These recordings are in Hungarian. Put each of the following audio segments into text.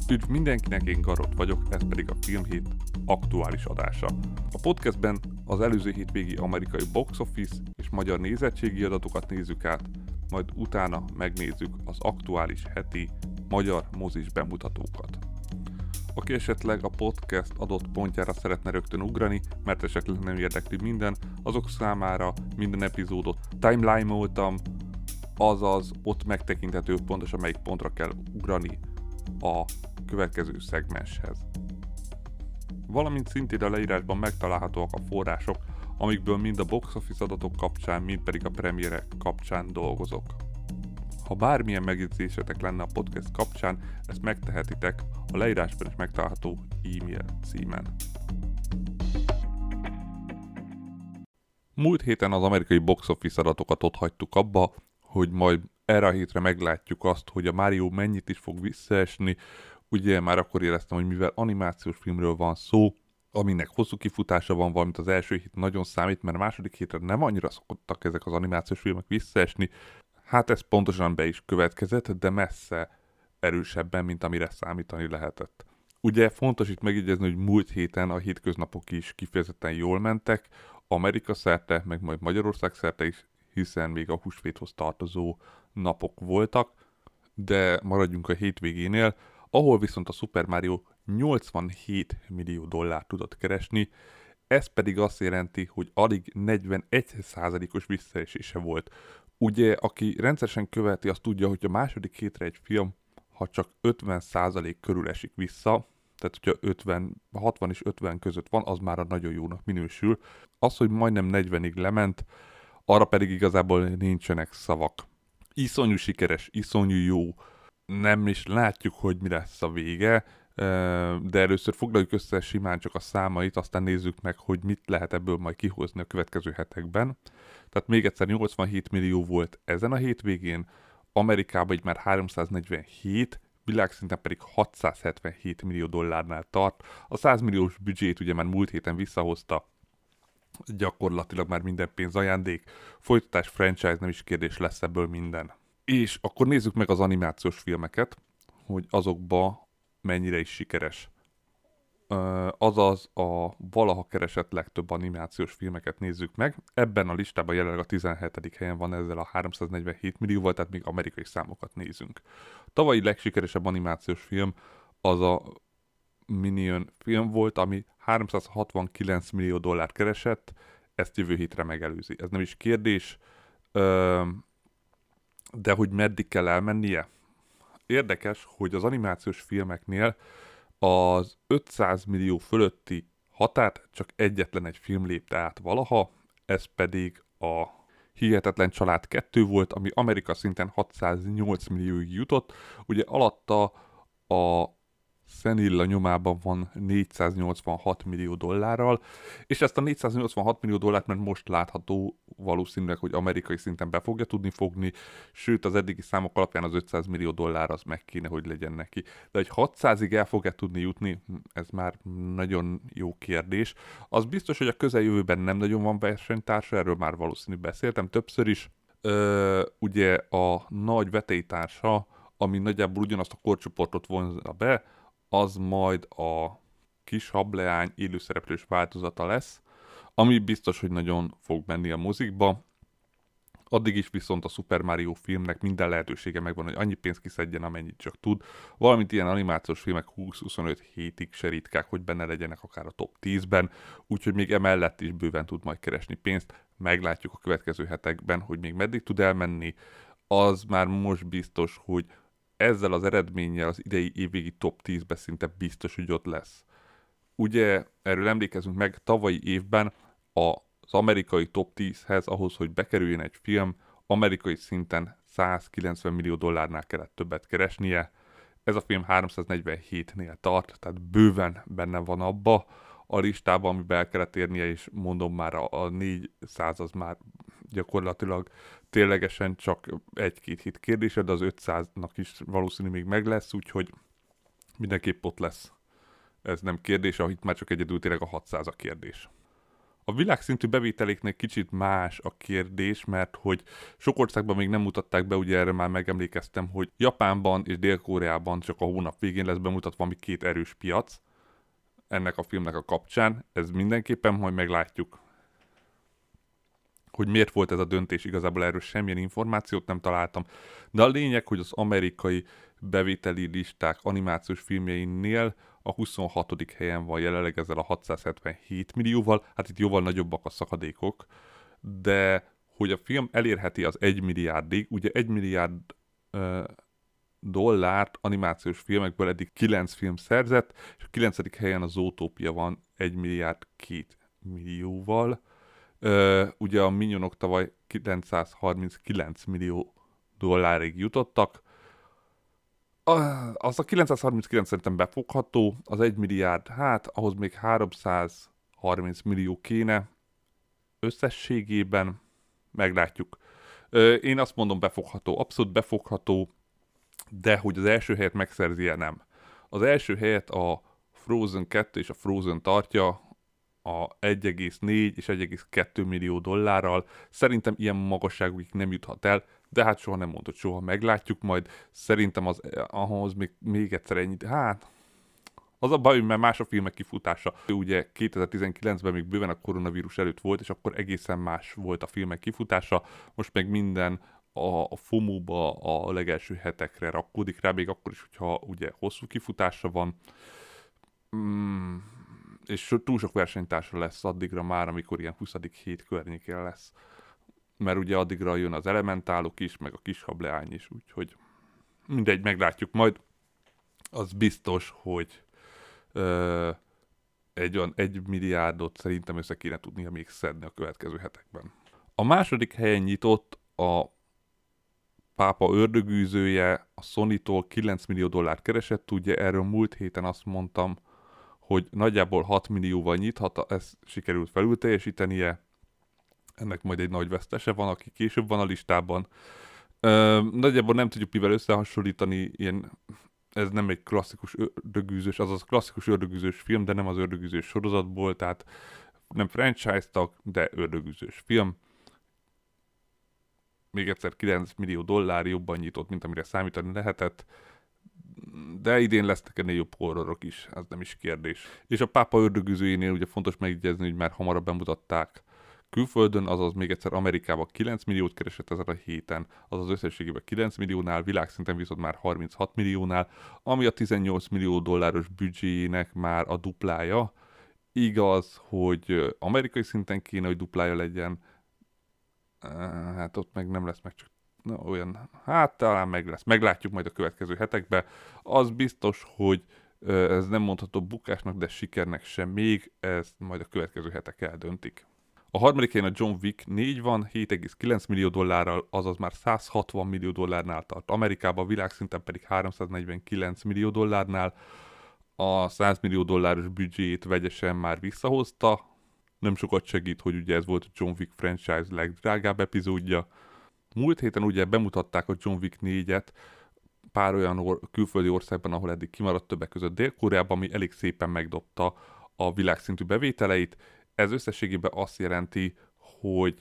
Üdv mindenkinek, én Garott vagyok, ez pedig a Filmhét aktuális adása. A podcastben az előző hétvégi amerikai box office és magyar nézettségi adatokat nézzük át, majd utána megnézzük az aktuális heti magyar mozis bemutatókat. Aki esetleg a podcast adott pontjára szeretne rögtön ugrani, mert esetleg nem érdekli minden, azok számára minden epizódot timeline-oltam, azaz ott megtekinthető pontosan melyik pontra kell ugrani a következő szegmenshez. Valamint szintén a leírásban megtalálhatóak a források, amikből mind a box office adatok kapcsán, mind pedig a premierek kapcsán dolgozok. Ha bármilyen megjegyzésetek lenne a podcast kapcsán, ezt megtehetitek a leírásban is megtalálható e-mail címen. Múlt héten az amerikai box office adatokat ott hagytuk abba, hogy majd erre a hétre meglátjuk azt, hogy a Mario mennyit is fog visszaesni. Ugye már akkor éreztem, hogy mivel animációs filmről van szó, aminek hosszú kifutása van, valamint az első hét nagyon számít, mert a második hétre nem annyira szoktak ezek az animációs filmek visszaesni. Hát ez pontosan be is következett, de messze erősebben, mint amire számítani lehetett. Ugye fontos itt megjegyezni, hogy múlt héten a hétköznapok is kifejezetten jól mentek, Amerika szerte, meg majd Magyarország szerte is, hiszen még a húsvéthoz tartozó napok voltak, de maradjunk a hétvégénél, ahol viszont a Super Mario 87 millió dollárt tudott keresni, ez pedig azt jelenti, hogy alig 41%-os visszaesése volt. Ugye, aki rendszeresen követi, azt tudja, hogy a második hétre egy film, ha csak 50% körül esik vissza, tehát hogyha 60 és 50 között van, az már nagyon jónak minősül. Az, hogy majdnem 40-ig lement, arra pedig igazából nincsenek szavak. Iszonyú sikeres, iszonyú jó. Nem is látjuk, hogy mi lesz a vége, de először foglaljuk össze simán csak a számait, aztán nézzük meg, hogy mit lehet ebből majd kihozni a következő hetekben. Tehát még egyszer 87 millió volt ezen a hétvégén, Amerikában így már 347, világszinten pedig 677 millió dollárnál tart. A 100 milliós büdzsét ugye már múlt héten visszahozta, gyakorlatilag már minden pénz ajándék, folytatás, franchise, nem is kérdés, lesz ebből minden. És akkor nézzük meg az animációs filmeket, hogy azokba mennyire is sikeres. Azaz a valaha keresett legtöbb animációs filmeket nézzük meg. Ebben a listában jelenleg a 17. helyen van ezzel a 347 millióval, tehát még amerikai számokat nézünk. Tavalyi legsikeresebb animációs film az a Minion film volt, ami 369 millió dollárt keresett, ezt jövő hétre megelőzi. Ez nem is kérdés, de hogy meddig kell elmennie? Érdekes, hogy az animációs filmeknél az 500 millió fölötti határt csak egyetlen egy film lépte át valaha, ez pedig a Hihetetlen Család 2 volt, ami Amerika szinten 608 millióig jutott, ugye alatta a Szenilla nyomában van 486 millió dollárral, és ezt a 486 millió dollárt már most látható valószínűleg, hogy amerikai szinten be fogja tudni fogni, sőt az eddigi számok alapján az 500 millió dollár az meg kéne, hogy legyen neki. De hogy 600-ig el fog-e tudni jutni, ez már nagyon jó kérdés. Az biztos, hogy a közeljövőben nem nagyon van versenytársa, erről már valószínűleg beszéltem többször is. Ugye a nagy vetélytársa, ami nagyjából ugyanazt a korcsoportot vonzza be, az majd a kis hableány élőszereplős változata lesz, ami biztos, hogy nagyon fog menni a mozikba. Addig is viszont a Super Mario filmnek minden lehetősége megvan, hogy annyi pénzt kiszedjen, amennyit csak tud. Valamint ilyen animációs filmek 20-25 hétig se ritkák, hogy benne legyenek akár a top 10-ben, úgyhogy még emellett is bőven tud majd keresni pénzt. Meglátjuk a következő hetekben, hogy még meddig tud elmenni. Az már most biztos, hogy ezzel az eredménnyel az idei évvégi top 10-be szinte biztos, hogy ott lesz. Ugye, erről emlékezünk meg, tavalyi évben az amerikai top 10-hez, ahhoz, hogy bekerüljön egy film, amerikai szinten 190 millió dollárnál kellett többet keresnie. Ez a film 347-nél tart, tehát bőven benne van abba a listában, amiben el kellett érnie, és mondom már a 400 az már gyakorlatilag ténylegesen csak egy-két hét kérdése, de az 500-nak is valószínű még meg lesz, úgyhogy mindenképp ott lesz. Ez nem kérdés, ahogy már csak egyedül tényleg a 600 a kérdés. A világszintű bevételéknél kicsit más a kérdés, mert hogy sok országban még nem mutatták be, ugye erre már megemlékeztem, hogy Japánban és Dél-Koreában csak a hónap végén lesz bemutatva valami 2 erős piac ennek a filmnek a kapcsán. Ez mindenképpen majd meglátjuk, hogy miért volt ez a döntés, igazából erről semmilyen információt nem találtam. De a lényeg, hogy az amerikai bevételi listák animációs filmjeinél a 26. helyen van jelenleg ezzel a 677 millióval, hát itt jóval nagyobbak a szakadékok, de hogy a film elérheti az 1 milliárdig, ugye 1 milliárd dollárt animációs filmekből eddig 9 film szerzett, és a 9. helyen a Zootopia van 1 milliárd 2 millióval. Ugye a Minionok tavaly 939 millió dollárig jutottak. Az a 939 szerintem befogható, az 1 milliárd, hát ahhoz még 330 millió kéne összességében, meglátjuk. Én azt mondom befogható, abszolút befogható, de hogy az első helyet megszerzi-e, nem. Az első helyet a Frozen 2 és a Frozen tartja a 1,4 és 1,2 millió dollárral. Szerintem ilyen magasságig nem juthat el, de hát soha nem mondott, soha meglátjuk majd. Szerintem ahhoz még egyszer ennyit, hát az a baj, mert más a filmek kifutása. Ugye 2019-ben még bőven a koronavírus előtt volt, és akkor egészen más volt a filmek kifutása. Most meg minden a FOMO-ba a legelső hetekre rakódik rá, még akkor is, hogyha ugye hosszú kifutása van. És túl sok versenytársa lesz addigra már, amikor ilyen 20. hét környékén lesz. Mert ugye addigra jön az Elementálok is, meg a Kis Hableány is, úgyhogy mindegy, meglátjuk majd. Az biztos, hogy egy olyan 1 milliárdot szerintem össze kéne tudnia még szedni a következő hetekben. A második helyen nyitott a Pápa ördögűzője, a Sony-tól 9 millió dollárt keresett, ugye erről múlt héten azt mondtam, hogy nagyjából 6 millióval nyithat, ezt sikerült felül teljesítenie. Ennek majd egy nagy vesztese van, aki később van a listában. Nagyjából nem tudjuk mivel összehasonlítani, ez nem egy klasszikus ördögűzős, azaz klasszikus ördögűzős film, de nem az ördögűzős sorozatból, tehát nem franchise-tag, de ördögűzős film. Még egyszer 9 millió dollár jobban nyitott, mint amire számítani lehetett. De idén lesznek ennél jobb horrorok is, ez nem is kérdés. És a Pápa ördögűzőjénél ugye fontos megjegyezni, hogy már hamarabb bemutatták külföldön, azaz még egyszer Amerikában 9 milliót keresett ezen a héten, azaz összességében 9 milliónál, világszinten viszont már 36 milliónál, ami a 18 millió dolláros büdzséjének már a duplája. Igaz, hogy amerikai szinten kéne, hogy duplája legyen, hát ott meg nem lesz meg csak olyan, hát talán meg lesz. Meglátjuk majd a következő hetekben. Az biztos, hogy ez nem mondható bukásnak, de sikernek sem még, ezt majd a következő hetek eldöntik. A harmadik helyen a John Wick 4 van, 7,9 millió dollárral, azaz már 160 millió dollárnál tart. Amerikában, világszinten pedig 349 millió dollárnál. A 100 millió dolláros büdzséjét vegyesen már visszahozta. Nem sokat segít, hogy ugye ez volt a John Wick franchise legdrágább epizódja. Múlt héten ugye bemutatták a John Wick 4-et pár olyan külföldi országban, ahol eddig kimaradt, többek között Dél-Koreában, ami elég szépen megdobta a világszintű bevételeit. Ez összességében azt jelenti, hogy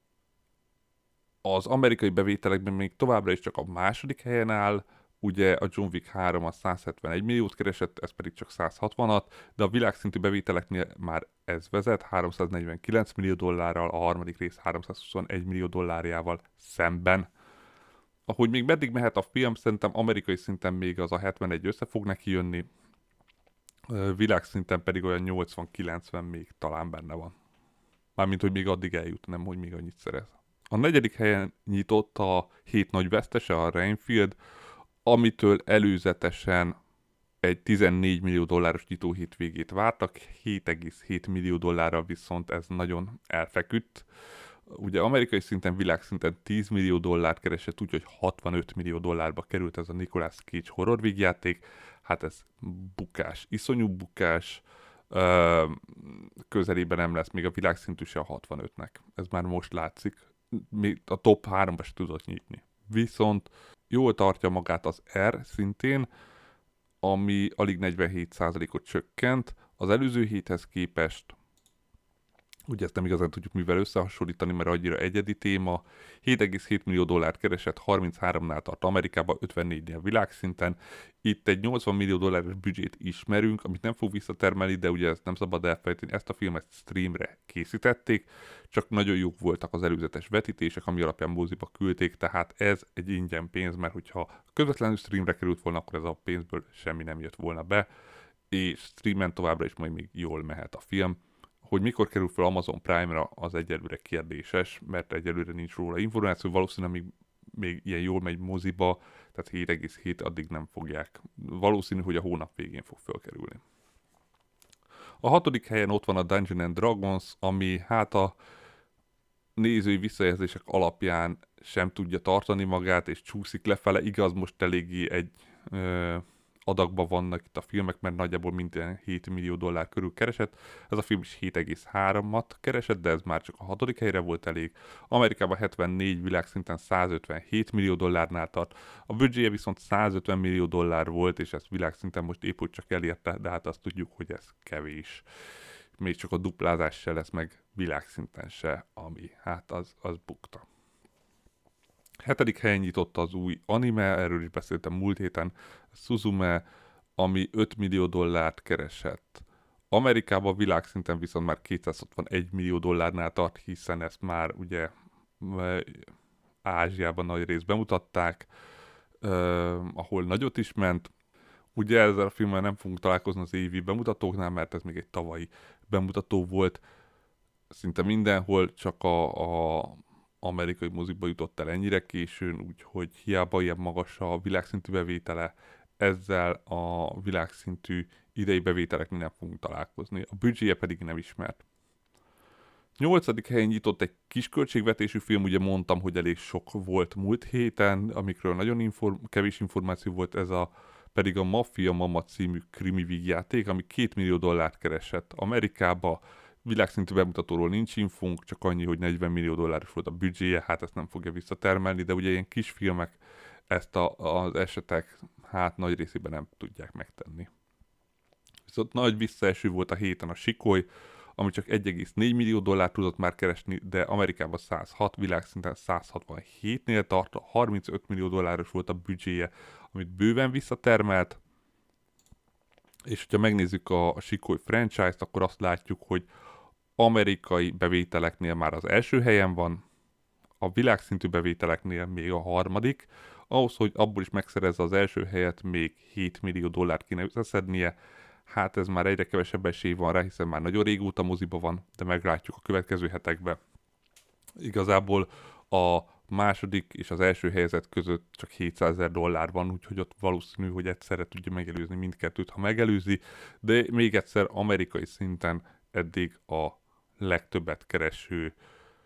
az amerikai bevételekben még továbbra is csak a második helyen áll, ugye a John Wick 3 a 171 milliót keresett, ez pedig csak 160-at, de a világszintű bevételeknél már ez vezet 349 millió dollárral, a harmadik rész 321 millió dollárjával szemben. Ahogy még meddig mehet a film, szerintem amerikai szinten még az a 71 össze fog neki jönni, világszinten pedig olyan 80-90 még talán benne van. Mármint, hogy még addig eljut, nem hogy még annyit szerez. A negyedik helyen nyitott a 7 nagy vesztese, a Renfield, amitől előzetesen egy 14 millió dolláros nyitó hétvégét vártak, 7,7 millió dollárral viszont ez nagyon elfeküdt. Ugye amerikai szinten, világszinten 10 millió dollárt keresett, úgyhogy 65 millió dollárba került ez a Nicolas Cage horror vígjáték. Hát ez bukás, iszonyú bukás, közelében nem lesz még a világszintű se a 65-nek. Ez már most látszik. Még a top 3-ba se tudott nyitni. Viszont jól tartja magát az R szintén, ami alig 47%-ot csökkent az előző héthez képest, Ugye ezt nem igazán tudjuk mivel összehasonlítani, mert annyira egyedi téma. 7,7 millió dollárt keresett, 33-nál tart Amerikában, 54-nél világszinten. Itt egy 80 millió dolláros büdzsét ismerünk, amit nem fog visszatermelni, de ugye ezt nem szabad elfelejteni, ezt a filmet streamre készítették, csak nagyon jók voltak az előzetes vetítések, ami alapján moziba küldték, tehát ez egy ingyen pénz, mert hogyha közvetlenül streamre került volna, akkor ez a pénzből semmi nem jött volna be, és streamen továbbra is majd még jól mehet a film. Hogy mikor kerül fel Amazon Prime-ra, az egyelőre kérdéses, mert egyelőre nincs róla információ, valószínűleg még ilyen jól megy moziba, tehát 7,7 addig nem fogják. Valószínű, hogy a hónap végén fog fölkerülni. A 6. helyen ott van a Dungeons and Dragons, ami hát a nézői visszajelzések alapján sem tudja tartani magát, és csúszik lefele. Igaz, most eléggé egy adagban vannak itt a filmek, mert nagyjából minden 7 millió dollár körül keresett. Ez a film is 7,3-at keresett, de ez már csak a 6. helyre volt elég. Amerikában 74, világszinten 157 millió dollárnál tart. A büdzséje viszont 150 millió dollár volt, és ezt világszinten most épp úgy csak elérte, de hát azt tudjuk, hogy ez kevés. Még csak a duplázás se lesz meg világszinten se, ami hát az bukta. 7. helyen nyitotta az új anime, erről is beszéltem múlt héten, Suzume, ami 5 millió dollárt keresett. Amerikában világszinten viszont már 261 millió dollárnál tart, hiszen ezt már ugye Ázsiában nagy részt bemutatták, ahol nagyot is ment. Ugye ezzel a filmmel nem fogunk találkozni az évi bemutatóknál, mert ez még egy tavalyi bemutató volt. Szinte mindenhol, csak a amerikai mozikba jutott el ennyire későn, úgyhogy hiába ilyen magas a világszintű bevétele, ezzel a világszintű idei bevételeknél nem fogunk találkozni. A büdzséje pedig nem ismert. 8. helyen nyitott egy kis költségvetésű film, ugye mondtam, hogy elég sok volt múlt héten, amikről nagyon kevés információ volt, ez pedig a Mafia Mama című krimi vígjáték, ami 2 millió dollárt keresett Amerikába. Világszintű bemutatóról nincs infónk, csak annyi, hogy 40 millió dolláros volt a büdzséje, hát ezt nem fogja visszatermelni, de ugye ilyen kis filmek ezt az esetek hát nagy részében nem tudják megtenni. Viszont nagy visszaeső volt a héten a Sikoly, ami csak 1,4 millió dollárt tudott már keresni, de Amerikában 106, világszinten 167-nél tart, 35 millió dolláros volt a büdzséje, amit bőven visszatermelt, és hogyha megnézzük a Sikoly franchise-t, akkor azt látjuk, hogy amerikai bevételeknél már az első helyen van, a világszintű bevételeknél még a 3. Ahhoz, hogy abból is megszerezze az első helyet, még 7 millió dollárt kéne összeszednie. Hát ez már egyre kevesebb esély van rá, hiszen már nagyon régóta moziba van, de meglátjuk a következő hetekben. Igazából a második és az első helyzet között csak 700 000 dollár van, úgyhogy ott valószínű, hogy egyszerre tudja megelőzni mindkettőt, ha megelőzi, de még egyszer amerikai szinten eddig a legtöbbet kereső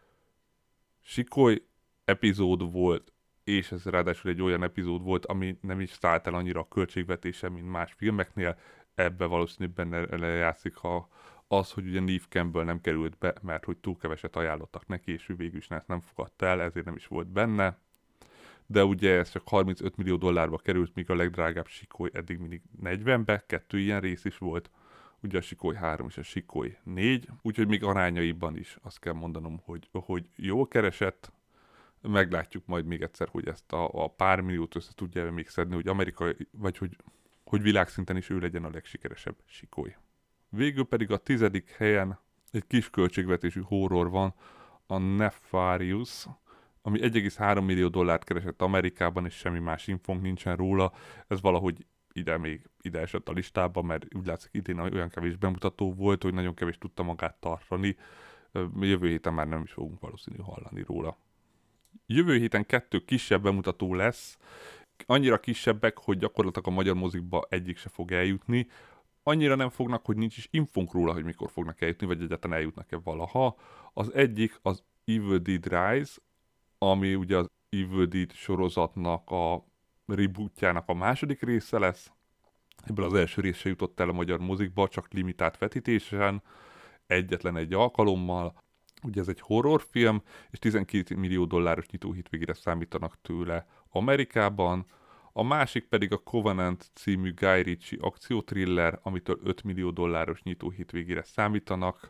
Sikoly epizód volt, és ez ráadásul egy olyan epizód volt, ami nem is szállt el annyira a költségvetése, mint más filmeknél. Ebbe valószínűleg benne lejátszik az, hogy ugye Neve Campbell nem került be, mert hogy túl keveset ajánlottak neki, és ő végül is ezt nem fogadta el, ezért nem is volt benne. De ugye ez csak 35 millió dollárba került, míg a legdrágább Sikoly eddig mindig 40-be, 2 ilyen rész is volt. Ugye a Sikoly 3 és a Sikoly 4, úgyhogy még arányaiban is azt kell mondanom, hogy jól keresett. Meglátjuk majd még egyszer, hogy ezt a pár milliót össze tudja még szedni, hogy amerikai, vagy hogy világszinten is ő legyen a legsikeresebb Sikoly. Végül pedig a 10. helyen egy kis költségvetésű horror van, a Nefarious, ami 1,3 millió dollárt keresett Amerikában, és semmi más infónk nincsen róla. Ez valahogy ide esett a listába, mert úgy látszik idén olyan kevés bemutató volt, hogy nagyon kevés tudta magát tartani. Jövő héten már nem is fogunk valószínű hallani róla. Jövő héten 2 kisebb bemutató lesz, annyira kisebbek, hogy gyakorlatilag a magyar mozikba egyik se fog eljutni. Annyira nem fognak, hogy nincs is infónk róla, hogy mikor fognak eljutni, vagy egyáltalán eljutnak-e valaha. Az egyik az Evil Dead Rise, ami ugye az Evil Dead sorozatnak a rebootjának a második része lesz. Ebből az első rész se jutott el a magyar mozikba, csak limitált vetítésen, egyetlen egy alkalommal. Ugye ez egy horrorfilm, és 12 millió dolláros nyitó hétvégére számítanak tőle Amerikában. A másik pedig a Covenant című Guy Ritchie akciótriller, amitől 5 millió dolláros nyitó hétvégére számítanak,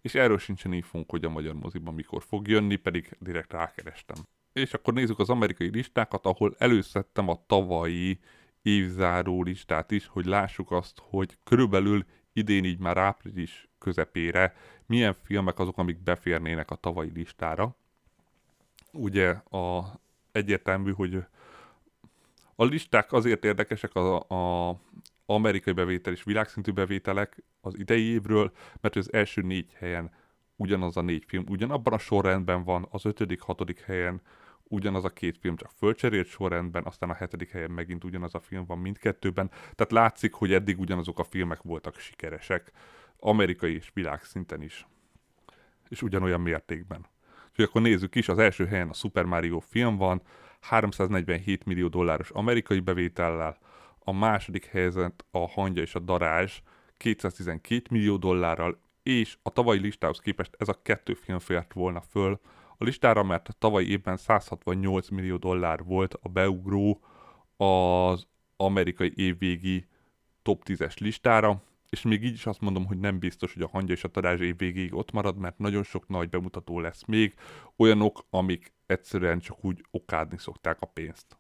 és erről sincsen infónk, hogy a magyar moziban mikor fog jönni, pedig direkt rákerestem. És akkor nézzük az amerikai listákat, ahol előszedtem a tavalyi évzáró listát is, hogy lássuk azt, hogy körülbelül idén így már április közepére milyen filmek azok, amik beférnének a tavalyi listára. Ugye egyértelmű, hogy a listák azért érdekesek a amerikai bevétel és világszintű bevételek az idei évről, mert az első 4 helyen ugyanaz a 4 film, ugyanabban a sorrendben van, az 5., 6. helyen ugyanaz a 2 film, csak fölcserélt sorrendben, aztán a 7. helyen megint ugyanaz a film van mindkettőben. Tehát látszik, hogy eddig ugyanazok a filmek voltak sikeresek, amerikai és világszinten is, és ugyanolyan mértékben. Úgyhogy akkor nézzük is, az első helyen a Super Mario film van, 347 millió dolláros amerikai bevétellel, a második helyzet a Hangya és a Darázs 212 millió dollárral, és a tavalyi listához képest ez a 2 film fért volna föl a listára, mert a tavalyi évben 168 millió dollár volt a beugró az amerikai évvégi top 10-es listára, és még így is azt mondom, hogy nem biztos, hogy a Hangya és a Darázs év végéig ott marad, mert nagyon sok nagy bemutató lesz még, olyanok, amik egyszerűen csak úgy okádni szokták a pénzt.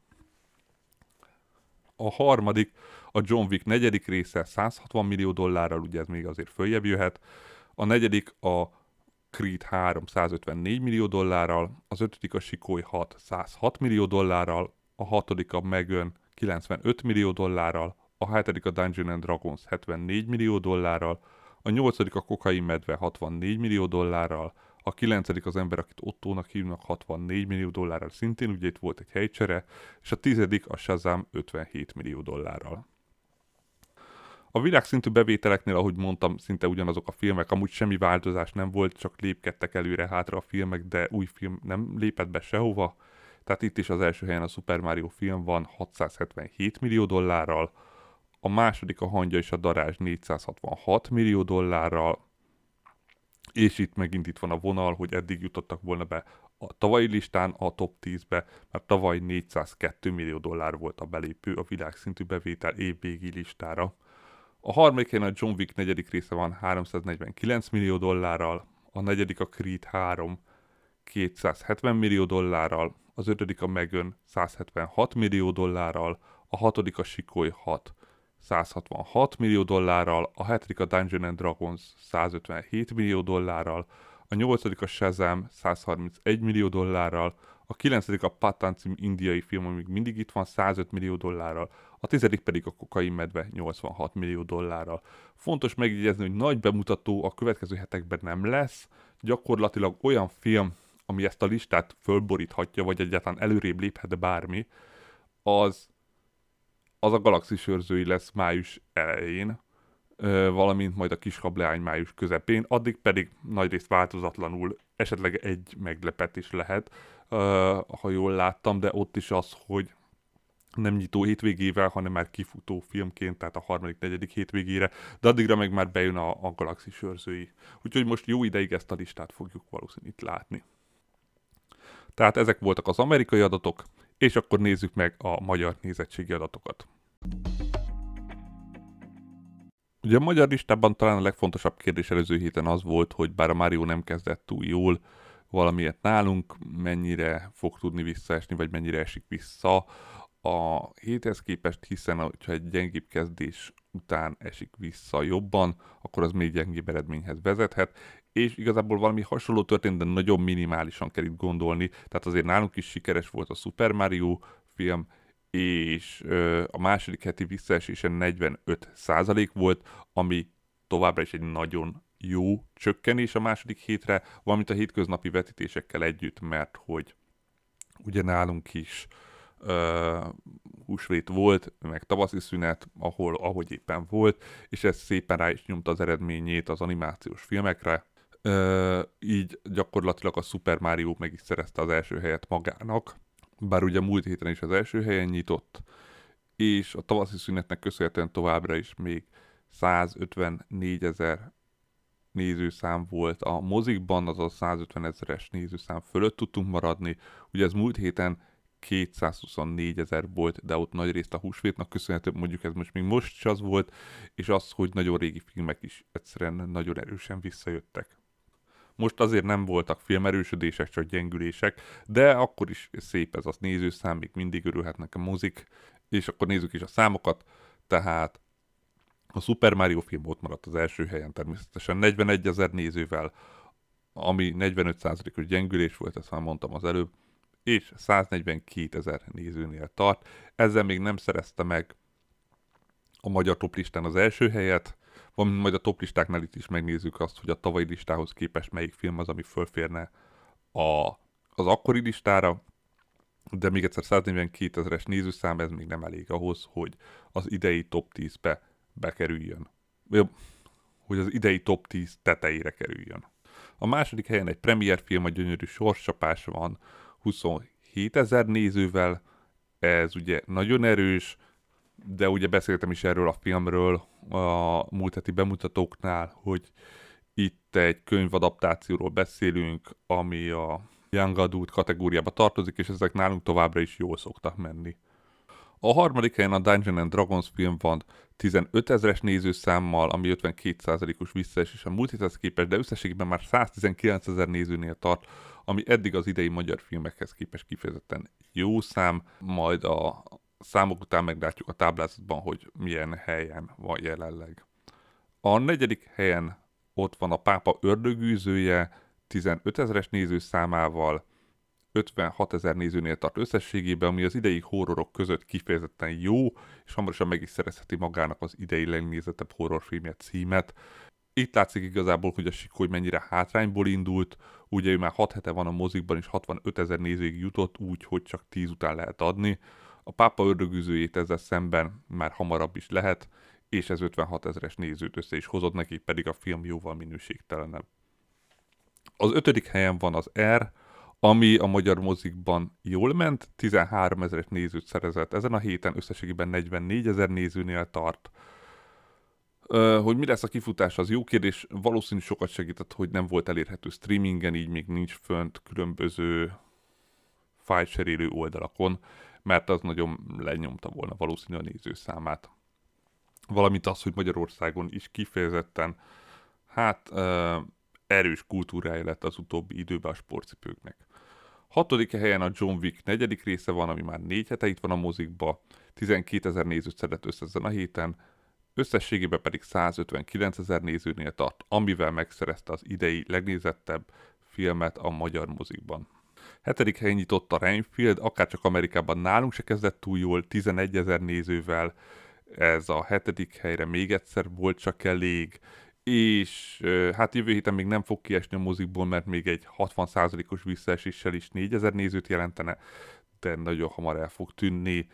A harmadik, a John Wick 4. része 160 millió dollárral, ugye ez még azért följebb jöhet. A negyedik a Creed 3 154 millió dollárral, az 5. a Sikoly 6 106 millió dollárral, a 6. a Megan 95 millió dollárral, a 7. a Dungeons and Dragons 74 millió dollárral, a 8. a Kokain Medve 64 millió dollárral, a 9. az ember, akit Ottónak hívnak 64 millió dollárral szintén, ugye itt volt egy helycsere, és a 10. a Shazam 57 millió dollárral. A világszintű bevételeknél, ahogy mondtam, szinte ugyanazok a filmek, amúgy semmi változás nem volt, csak lépkedtek előre-hátra a filmek, de új film nem lépett be sehova. Tehát itt is az első helyen a Super Mario film van 677 millió dollárral, a második a Hangya és a Darázs 466 millió dollárral, és itt van a vonal, hogy eddig jutottak volna be a tavalyi listán a top 10-be, mert tavaly 402 millió dollár volt a belépő a világszintű bevétel évvégi listára. A harmadik helyen a John Wick 4. része van 349 millió dollárral, a 4. a Creed 3 270 millió dollárral, az 5. a Megan 176 millió dollárral, a 6. a Sikoly 6 166 millió dollárral, a 7. a Dungeons and Dragons 157 millió dollárral, a 8. a Shazam 131 millió dollárral, a 9. a Pathan című indiai film, ami még mindig itt van, 105 millió dollárral, a 10. pedig a Kokain Medve 86 millió dollárral. Fontos megjegyezni, hogy nagy bemutató a következő hetekben nem lesz, gyakorlatilag olyan film, ami ezt a listát fölboríthatja, vagy egyáltalán előrébb léphet bármi, az a Galaxis őrzői lesz május elején, valamint majd a Kiskab leány május közepén, addig pedig nagyrészt változatlanul esetleg egy meglepetés lehet, ha jól láttam, de ott is az, hogy nem nyitó hétvégével, hanem már kifutó filmként, tehát a 3.-4. hétvégére, de addigra meg már bejön a Galaxis őrzői. Úgyhogy most jó ideig ezt a listát fogjuk valószínűleg itt látni. Tehát ezek voltak az amerikai adatok, és akkor nézzük meg a magyar nézettségi adatokat. Ugye a magyar listában talán a legfontosabb kérdés előző héten az volt, hogy bár a Mario nem kezdett túl jól, valamiért nálunk mennyire fog tudni visszaesni, vagy mennyire esik vissza a héthez képest, hiszen ha egy gyengébb kezdés után esik vissza jobban, akkor az még gyengébb eredményhez vezethet, és igazából valami hasonló történt, de nagyon minimálisan kell itt gondolni, tehát azért nálunk is sikeres volt a Super Mario film, és a második heti visszaesésen 45% volt, ami továbbra is egy nagyon jó csökkenés a második hétre, valamint a hétköznapi vetítésekkel együtt, mert hogy ugye nálunk is húsvét volt, meg tavaszi szünet, ahogy éppen volt, és ez szépen rá is nyomta az eredményét az animációs filmekre. Így gyakorlatilag a Super Mario meg is szerezte az első helyet magának, bár ugye múlt héten is az első helyen nyitott, és a tavaszi szünetnek köszönhetően továbbra is még 154 000 nézőszám volt a mozikban, azaz 150 000-es nézőszám fölött tudtunk maradni. Ugye ez múlt héten 224 000 volt, de ott nagy részt a húsvétnak köszönhető, mondjuk ez most is az volt, és az, hogy nagyon régi filmek is egyszerűen nagyon erősen visszajöttek. Most azért nem voltak filmerősödések, csak gyengülések, de akkor is szép ez a nézőszám, még mindig örülhetnek a mozik, és akkor nézzük is a számokat, tehát a Super Mario film ott maradt az első helyen természetesen 41 000 nézővel, ami 45%-os gyengülés volt, ezt már mondtam az előbb, és 142 000 nézőnél tart. Ezzel még nem szerezte meg a magyar toplistán az első helyet, valamint majd a toplistáknál itt is megnézzük azt, hogy a tavalyi listához képest melyik film az, ami fölférne az akkori listára, de még egyszer 142 000-es nézőszám, ez még nem elég ahhoz, hogy az idei top 10-be bekerüljön. Hogy az idei top 10 tetejére kerüljön. A második helyen egy premier film, a Gyönyörű Sorscsapás van 27 000 nézővel, ez ugye nagyon erős, de ugye beszéltem is erről a filmről a múlt heti bemutatóknál, hogy itt egy könyvadaptációról beszélünk, ami a Young Adult kategóriába tartozik, és ezek nálunk továbbra is jól szoktak menni. A harmadik helyen a Dungeons and Dragons film van 15 000-es nézőszámmal, ami 52%-os visszaesés a múlt héthez képest, de összességében már 119 000 nézőnél tart, ami eddig az idei magyar filmekhez képest kifejezetten jó szám, majd a számok után meglátjuk a táblázatban, hogy milyen helyen van jelenleg. A negyedik helyen ott van a Pápa ördögűzője 15 000-es nézőszámával, 56 000 nézőnél tart összességében, ami az idei horrorok között kifejezetten jó, és hamarosan meg is szerezheti magának az idei legnézettebb horrorfilmje címet. Itt látszik igazából, hogy a Sikoly mennyire hátrányból indult, ugye ő már 6 hete van a mozikban, és 65 000 nézőig jutott, úgy, hogy csak 10 után lehet adni. A Pápa ördögűzőjét ezzel szemben már hamarabb is lehet, és ez 56 000-es nézőt össze is hozott, neki pedig a film jóval minőségtelenebb. Az 5. helyen van az R, ami a magyar mozikban jól ment, 13 000-es nézőt szerezett ezen a héten, összességében 44 000 nézőnél tart. Hogy mi lesz a kifutás, az jó kérdés, valószínű sokat segített, hogy nem volt elérhető streamingen, így még nincs fönt különböző fájlcserélő oldalakon, mert az nagyon lenyomta volna valószínű a nézőszámát. Valamint az, hogy Magyarországon is kifejezetten, erős kultúrája lett az utóbbi időben a sportcipőknek. 6. helyen a John Wick 4. része van, ami már 4 hete itt van a mozikba, 12 000 nézőt szedett össze ezen a héten, összességében pedig 159 000 nézőnél tart, amivel megszerezte az idei legnézettebb filmet a magyar mozikban. 7. helyen nyitott a Renfield, akárcsak Amerikában nálunk se kezdett túl jól, 11 000 nézővel, ez a 7. helyre még egyszer volt csak elég, és hát jövő héten még nem fog kiesni a mozikból, mert még egy 60%-os visszaeséssel is 4000 nézőt jelentene, de nagyon hamar el fog tűnni.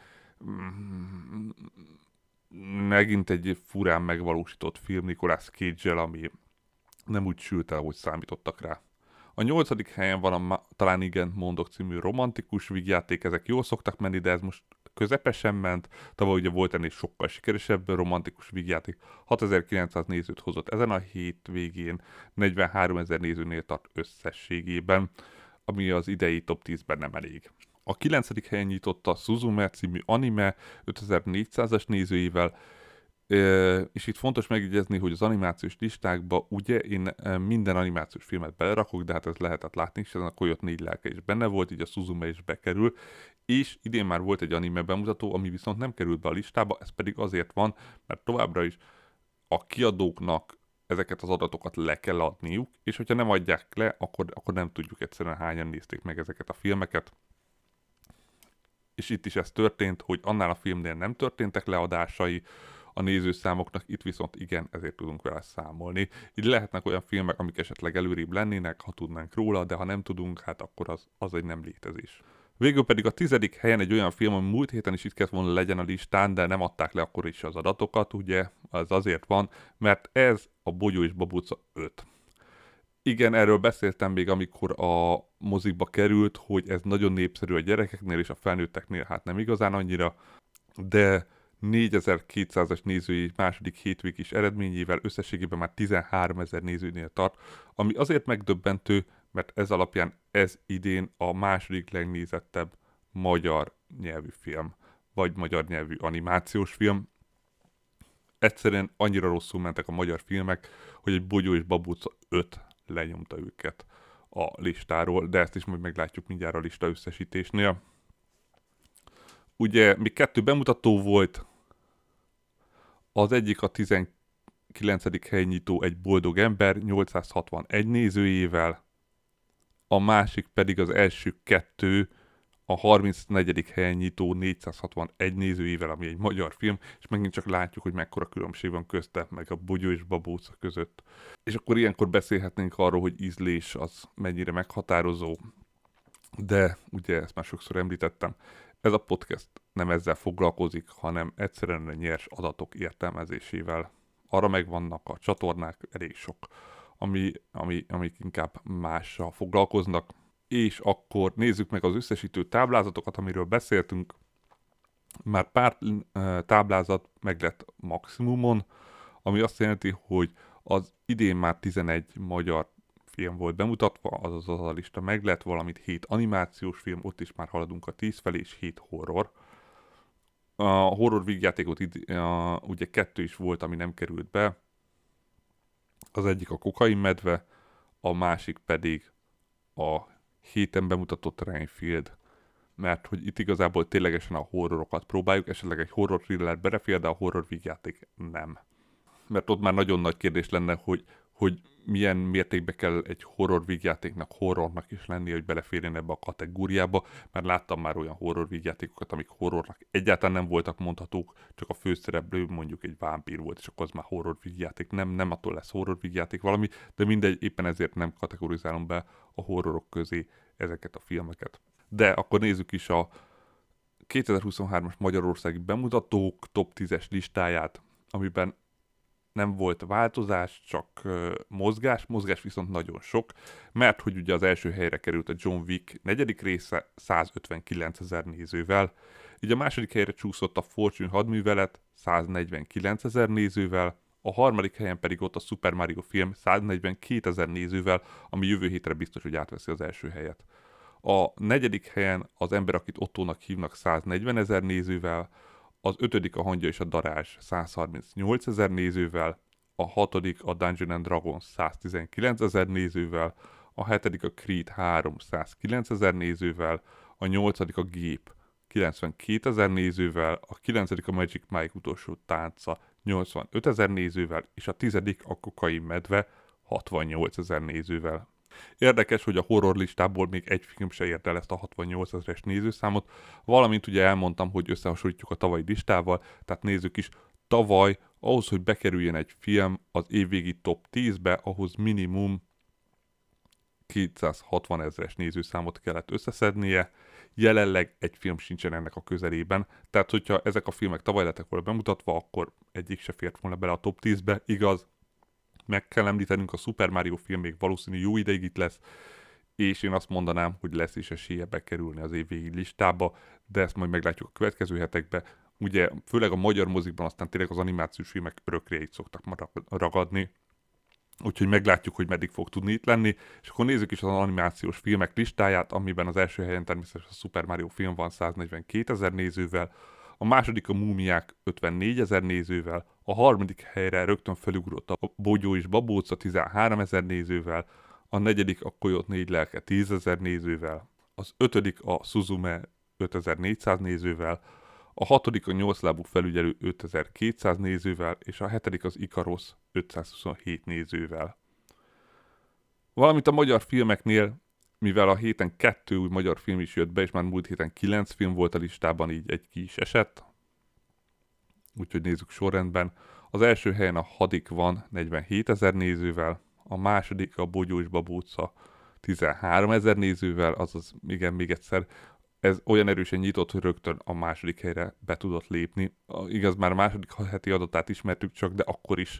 Megint egy furán megvalósított film Nicolas Cage-el, ami nem úgy sült el, ahogy számítottak rá. A 8. helyen van a Talán igen mondok című romantikus vígjáték, ezek jól szoktak menni, de ez most közepesen ment, tavaly ugye volt ennél sokkal sikeresebb romantikus vígjáték, 6900 nézőt hozott ezen a hét végén, 43 000 nézőnél tart összességében, ami az idei top 10-ben nem elég. A 9. helyen nyitott a Suzume című anime 5400-as nézőivel, és itt fontos megjegyezni, hogy az animációs listákba ugye én minden animációs filmet belerakok, de hát ez lehetett látni, és ezen a Coyote 4 lelke is benne volt, így a Suzume is bekerül, és idén már volt egy anime bemutató, ami viszont nem került be a listába, ez pedig azért van, mert továbbra is a kiadóknak ezeket az adatokat le kell adniuk, és hogyha nem adják le, akkor nem tudjuk egyszerűen hányan nézték meg ezeket a filmeket. És itt is ez történt, hogy annál a filmnél nem történtek leadásai a nézőszámoknak, itt viszont igen, ezért tudunk vele számolni. Így lehetnek olyan filmek, amik esetleg előrébb lennének, ha tudnánk róla, de ha nem tudunk, hát akkor az egy nem létezés. Végül pedig a 10. helyen egy olyan film, ami múlt héten is itt kellett volna legyen a listán, de nem adták le akkor is az adatokat, ugye, az azért van, mert ez a Bogyó és Babóca 5. Igen, erről beszéltem még, amikor a mozikba került, hogy ez nagyon népszerű a gyerekeknél, és a felnőtteknél hát nem igazán annyira, de 4200-as nézői második hétvégés eredményével összességében már 13 000 nézőnél tart, ami azért megdöbbentő, mert ez alapján ez idén a második legnézettebb magyar nyelvű film, vagy magyar nyelvű animációs film. Egyszerűen annyira rosszul mentek a magyar filmek, hogy egy Bogyó és Babóca 5 lenyomta őket a listáról, de ezt is majd meglátjuk mindjárt a lista összesítésnél. Ugye még 2 bemutató volt, az egyik a 19. helyen nyitó Egy boldog ember 861 nézőjével, a másik pedig az első 2 a 34. helyen nyitó 461 nézőjével, ami egy magyar film, és megint csak látjuk, hogy mekkora különbség van közte, meg a Bogyó és Babóca között. És akkor ilyenkor beszélhetnénk arról, hogy ízlés az mennyire meghatározó, de ugye ezt már sokszor említettem, ez a podcast nem ezzel foglalkozik, hanem egyszerűen a nyers adatok értelmezésével. Arra megvannak a csatornák, elég sok, amik inkább mással foglalkoznak. És akkor nézzük meg az összesítő táblázatokat, amiről beszéltünk. Már pár táblázat meg lett maximumon, ami azt jelenti, hogy az idén már 11 magyar film volt bemutatva, azaz az a lista meg lett, valamint 7 animációs film, ott is már haladunk a 10 felé, és 7 horror. A horror vígjátékot ugye 2 is volt, ami nem került be. Az egyik a Kokain medve, a másik pedig a héten bemutatott Renfield, mert hogy itt igazából ténylegesen a horrorokat próbáljuk, esetleg egy horror thriller belefér, de a horror vígjáték nem. Mert ott már nagyon nagy kérdés lenne, hogy milyen mértékben kell egy horror vígjátéknak horrornak is lenni, hogy beleférjen ebbe a kategóriába, mert láttam már olyan horror vígjátékokat, amik horrornak egyáltalán nem voltak mondhatók, csak a főszereplő mondjuk egy vámpír volt, és akkor az már horror vígjáték. Nem attól lesz horror vígjáték valami, de mindegy, éppen ezért nem kategorizálom be a horrorok közé ezeket a filmeket. De akkor nézzük is a 2023-as magyarországi bemutatók top 10-es listáját, amiben nem volt változás, csak mozgás viszont nagyon sok, mert hogy ugye az első helyre került a John Wick 4. része 159 000 nézővel, így a második helyre csúszott a Fortune hadművelet 149 000 nézővel, a harmadik helyen pedig ott a Super Mario film 142 000 nézővel, ami jövő hétre biztos, hogy átveszi az első helyet. A negyedik helyen az ember, akit Ottónak hívnak 140 000 nézővel, az 5. a Hangya és a Darázs 138 000 nézővel, a 6. a Dungeons and Dragons 119 000 nézővel, a 7. a Creed 3 109 000 nézővel, a 8. a Gép 92 000 nézővel, a 9. a Magic Mike utolsó tánca 85 000 nézővel, és a 10. a Kokain medve 68 000 nézővel. Érdekes, hogy a horror listából még egy film se ért el ezt a 68 000-es nézőszámot, valamint ugye elmondtam, hogy összehasonlítjuk a tavalyi listával, tehát nézzük is, tavaly ahhoz, hogy bekerüljen egy film az évvégi top 10-be, ahhoz minimum 260 000-es nézőszámot kellett összeszednie, jelenleg egy film sincsen ennek a közelében, tehát hogyha ezek a filmek tavaly lettek volna bemutatva, akkor egyik se fért volna bele a top 10-be, igaz? Meg kell említenünk, a Super Mario film még valószínű jó ideig itt lesz, és én azt mondanám, hogy lesz is esélye bekerülni az évvégi listába, de ezt majd meglátjuk a következő hetekben. Ugye főleg a magyar mozikban aztán tényleg az animációs filmek örökre így szoktak ragadni, úgyhogy meglátjuk, hogy meddig fog tudni itt lenni, és akkor nézzük is az animációs filmek listáját, amiben az első helyen természetesen a Super Mario film van 142 000 nézővel, a második a Múmiák 54 000 nézővel, a harmadik helyre rögtön felugrott a Bogyó és Babóca 13 000 nézővel, a negyedik a Kolyot 4 lelke 10 000 nézővel, az 5. a Suzume 5400 nézővel, a 6. a 8 lábú felügyelő 5200 nézővel, és a 7. az Ikarosz 527 nézővel. Valamint a magyar filmeknél, mivel a héten 2 új magyar film is jött be, és már múlt héten 9 film volt a listában, így egy ki is esett. Úgyhogy nézzük sorrendben. Az első helyen a Hadik van 47 000 nézővel, a második a Bogyó és Babóca 13 000 nézővel, azaz igen, még egyszer, ez olyan erősen nyitott, hogy rögtön a második helyre be tudott lépni. Igaz, már a második heti adatát ismertük csak, de akkor is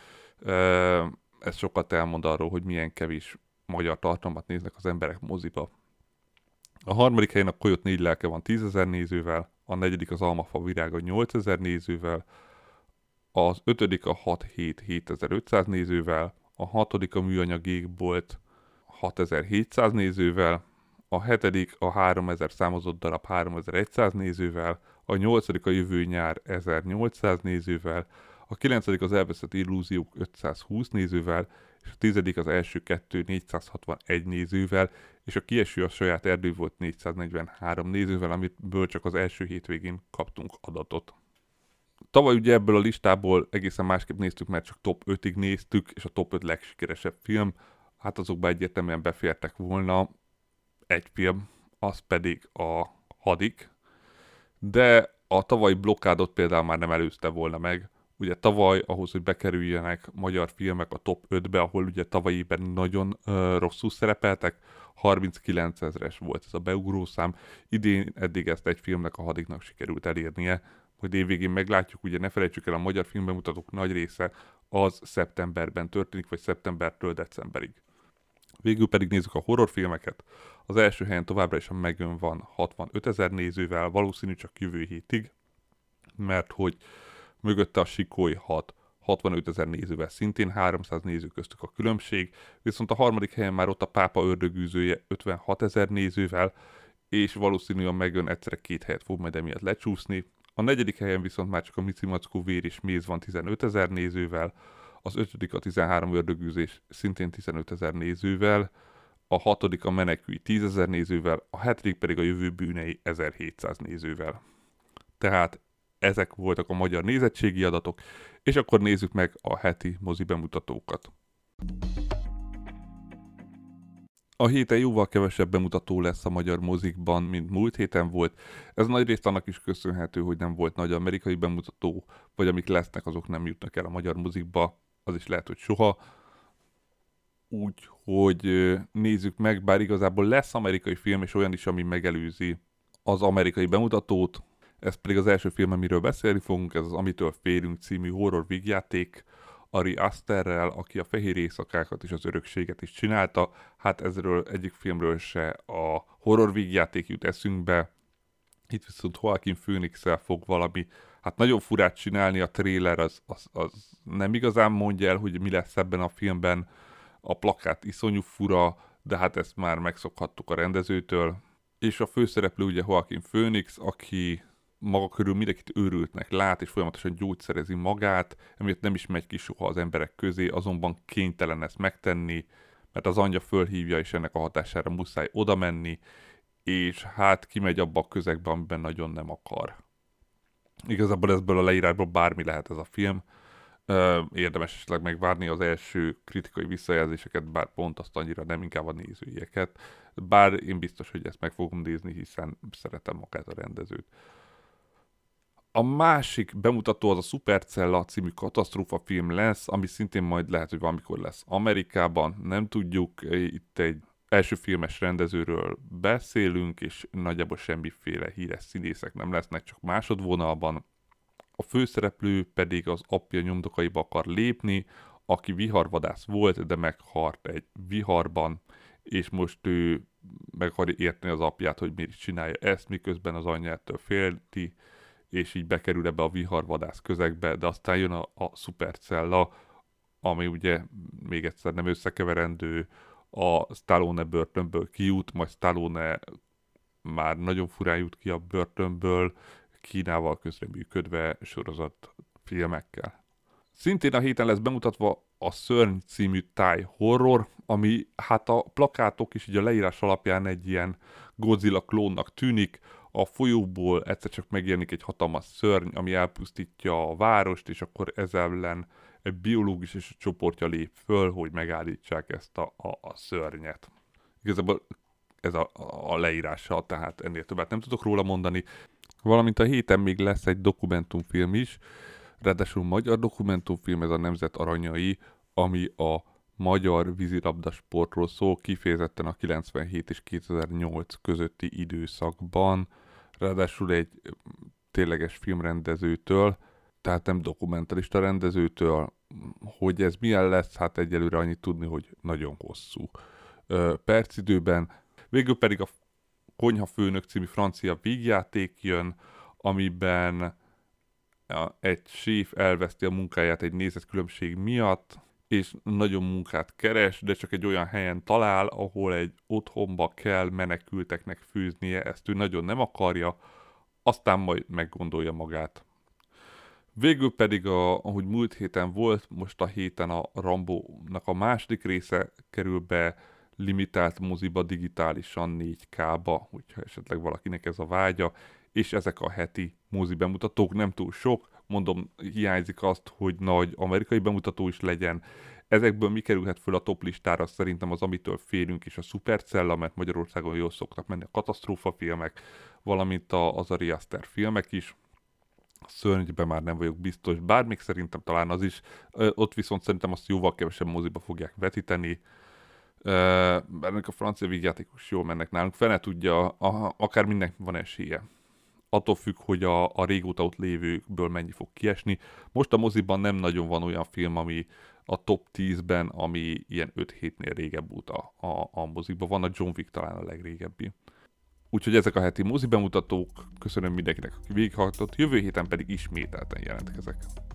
ez sokat elmond arról, hogy milyen kevés magyar tartalmat néznek az emberek moziba. A harmadik helyen a Kolyot 4 lelke van 10 000 nézővel, a negyedik az Almafa virága 8 000 nézővel, az 5. a 6-7 7500 nézővel, a 6. a Műanyag égbolt 6700 nézővel, a 7. a 3000 számozott darab 3100 nézővel, a 8. a Jövő nyár 1800 nézővel, a 9. az Elveszett illúziók 520 nézővel, és a 10. az első kettő 461 nézővel, és a kieső a saját erdő volt 443 nézővel, amiből csak az első hétvégén kaptunk adatot. Tavaly ugye ebből a listából egészen másképp néztük, mert csak top 5-ig néztük, és a top 5 legsikeresebb film, hát azokba egyértelműen befértek volna egy film, az pedig a Hadik, de a tavalyi blokkádot például már nem előzte volna meg. Ugye tavaly ahhoz, hogy bekerüljenek magyar filmek a top 5-be, ahol ugye tavalyiben nagyon rosszul szerepeltek, 39 000-es volt ez a beugrószám. Idén eddig ezt egy filmnek, a Hadiknak sikerült elérnie. Hogy évvégén meglátjuk, ugye ne felejtsük el, a magyar filmbemutatók nagy része az szeptemberben történik, vagy szeptembertől decemberig. Végül pedig nézzük a horrorfilmeket. Az első helyen továbbra is a Megan van 65 000 nézővel, valószínű csak jövő hétig, mert hogy mögötte a Sikoly 6 65 000 nézővel, szintén 300 néző köztük a különbség, viszont a harmadik helyen már ott a Pápa ördögűzője 56 000 nézővel, és valószínű a Megan egyszerre 2 helyet fog majd emiatt lecsúszni. A negyedik helyen viszont már csak a Mici Mackó Vér és Méz van 15 000 nézővel, az 5. a 13 ördögűzés szintén 15 000 nézővel, a 6. a Menekülj 10 000 nézővel, a 7. pedig a Jövő bűnei 1700 nézővel. Tehát ezek voltak a magyar nézettségi adatok, és akkor nézzük meg a heti mozi bemutatókat. A héten jóval kevesebb bemutató lesz a magyar mozikban, mint múlt héten volt. Ez nagyrészt annak is köszönhető, hogy nem volt nagy amerikai bemutató, vagy amik lesznek, azok nem jutnak el a magyar mozikba, az is lehet, hogy soha. Úgyhogy nézzük meg, bár igazából lesz amerikai film, és olyan is, ami megelőzi az amerikai bemutatót. Ez pedig az első film, amiről beszélni fogunk, ez az Amitől félünk című horror vígjáték, Ari Asterrel, aki a Fehér éjszakákat és az Örökséget is csinálta. Hát ezről egyik filmről se a horror vígjáték jut eszünkbe. Itt viszont Joaquin Phoenix-el fog valami, hát nagyon furát csinálni, a trailer az nem igazán mondja el, hogy mi lesz ebben a filmben. A plakát iszonyú fura, de hát ezt már megszokhattuk a rendezőtől. És a főszereplő ugye Joaquin Phoenix, aki maga körül mindenkit őrültnek lát, és folyamatosan gyógyszerezi magát, emiatt nem is megy ki soha az emberek közé, azonban kénytelen ezt megtenni, mert az anyja fölhívja, és ennek a hatására muszáj oda menni, és hát kimegy abba a közegbe, amiben nagyon nem akar. Igazából ebből a leírásból bármi lehet ez a film. Érdemes esetleg megvárni az első kritikai visszajelzéseket, bár pont azt annyira nem, inkább a nézőieket. Bár én biztos, hogy ezt meg fogom nézni, hiszen szeretem magát a rendezőt. A másik bemutató az a Supercella című katasztrófa film lesz, ami szintén majd lehet, hogy valamikor lesz Amerikában, nem tudjuk. Itt egy első filmes rendezőről beszélünk, és nagyjából semmiféle híres színészek nem lesznek, csak másodvonalban. A főszereplő pedig az apja nyomdokaiba akar lépni, aki viharvadász volt, de meghalt egy viharban, és most ő meg akarja érteni az apját, hogy miért csinálja ezt, miközben az anyjától félti, és így bekerül ebbe a viharvadász közegbe, de aztán jön a Supercella, ami ugye még egyszer nem összekeverendő, a Stallone börtönből kijut, majd Stallone már nagyon furán jut ki a börtönből, Kínával közreműködve sorozat filmekkel. Szintén a héten lesz bemutatva a Szörny című táj horror, ami hát a plakátok és így a leírás alapján egy ilyen Godzilla klónnak tűnik. A folyóból egyszer csak megjelenik egy hatalmas szörny, ami elpusztítja a várost, és akkor ezzel ellen egy biológus és a csoportja lép föl, hogy megállítsák ezt a szörnyet. Igazából ez a leírása, tehát ennél többet nem tudok róla mondani. Valamint a héten még lesz egy dokumentumfilm is, ráadásul magyar dokumentumfilm, ez a Nemzet Aranyai, ami a magyar vízilabdasportról szól, kifejezetten a 97 és 2008 közötti időszakban, ráadásul egy tényleges filmrendezőtől, tehát nem dokumentarista rendezőtől. Hogy ez milyen lesz, hát egyelőre annyit tudni, hogy nagyon hosszú percidőben. Végül pedig a Konyhafőnök című francia vígjáték jön, amiben egy séf elveszti a munkáját egy nézetkülönbség miatt, és nagyon munkát keres, de csak egy olyan helyen talál, ahol egy otthonba kell menekülteknek főznie, ezt ő nagyon nem akarja, aztán majd meggondolja magát. Végül pedig, ahogy múlt héten volt, most a héten a Rambónak a második része kerül be limitált moziba digitálisan 4K-ba, hogyha esetleg valakinek ez a vágya, és ezek a heti mozi bemutatók nem túl sok, mondom, hiányzik azt, hogy nagy amerikai bemutató is legyen. Ezekből mi kerülhet föl a top listára? Szerintem az, amitől félünk, és a Supercella, mert Magyarországon jól szoktak menni a katasztrófa filmek, valamint az Ari Aster filmek is. A Szörnyben már nem vagyok biztos, bár még szerintem talán az is, ott viszont szerintem azt jóval kevesebb moziba fogják vetíteni, ennek a francia vígjátékos jól mennek nálunk, fene tudja, akár mindenki van esélye. Attól függ, hogy a régóta ott lévőkből mennyi fog kiesni. Most a moziban nem nagyon van olyan film, ami a top 10-ben, ami ilyen 5 hétnél régebb óta a mozikban van, a John Wick talán a legrégebbi. Úgyhogy ezek a heti mozi bemutatók, köszönöm mindenkinek, aki végighallgatott, jövő héten pedig ismételten jelentkezek.